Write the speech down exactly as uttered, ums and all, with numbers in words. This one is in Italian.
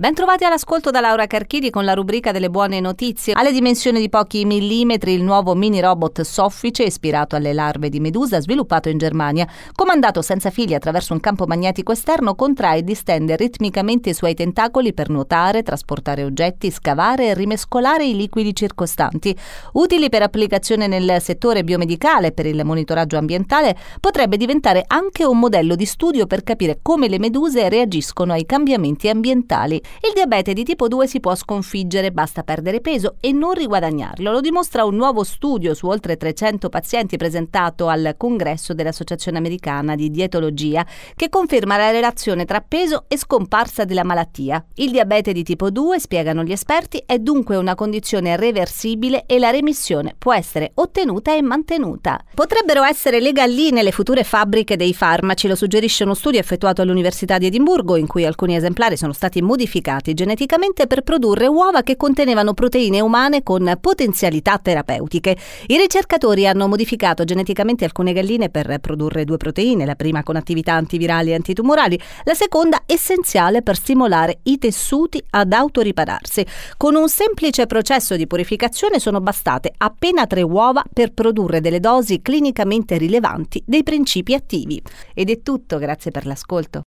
Bentrovati all'ascolto da Laura Carchidi con la rubrica delle buone notizie. Alle dimensioni di pochi millimetri il nuovo mini robot soffice ispirato alle larve di medusa sviluppato in Germania. Comandato senza fili attraverso un campo magnetico esterno, contrae e distende ritmicamente i suoi tentacoli per nuotare, trasportare oggetti, scavare e rimescolare i liquidi circostanti. Utili per applicazione nel settore biomedicale e per il monitoraggio ambientale, potrebbe diventare anche un modello di studio per capire come le meduse reagiscono ai cambiamenti ambientali. Il diabete di tipo due si può sconfiggere, basta perdere peso e non riguadagnarlo. Lo dimostra un nuovo studio su oltre trecento pazienti presentato al congresso dell'Associazione Americana di Dietologia, che conferma la relazione tra peso e scomparsa della malattia. Il diabete di tipo due, spiegano gli esperti, è dunque una condizione reversibile e la remissione può essere ottenuta e mantenuta. Potrebbero essere le galline le future fabbriche dei farmaci, lo suggerisce uno studio effettuato all'Università di Edimburgo, in cui alcuni esemplari sono stati modificati geneticamente per produrre uova che contenevano proteine umane con potenzialità terapeutiche. I ricercatori hanno modificato geneticamente alcune galline per produrre due proteine, la prima con attività antivirali e antitumorali, la seconda essenziale per stimolare i tessuti ad autoripararsi. Con un semplice processo di purificazione sono bastate appena tre uova per produrre delle dosi clinicamente rilevanti dei principi attivi. Ed è tutto, grazie per l'ascolto.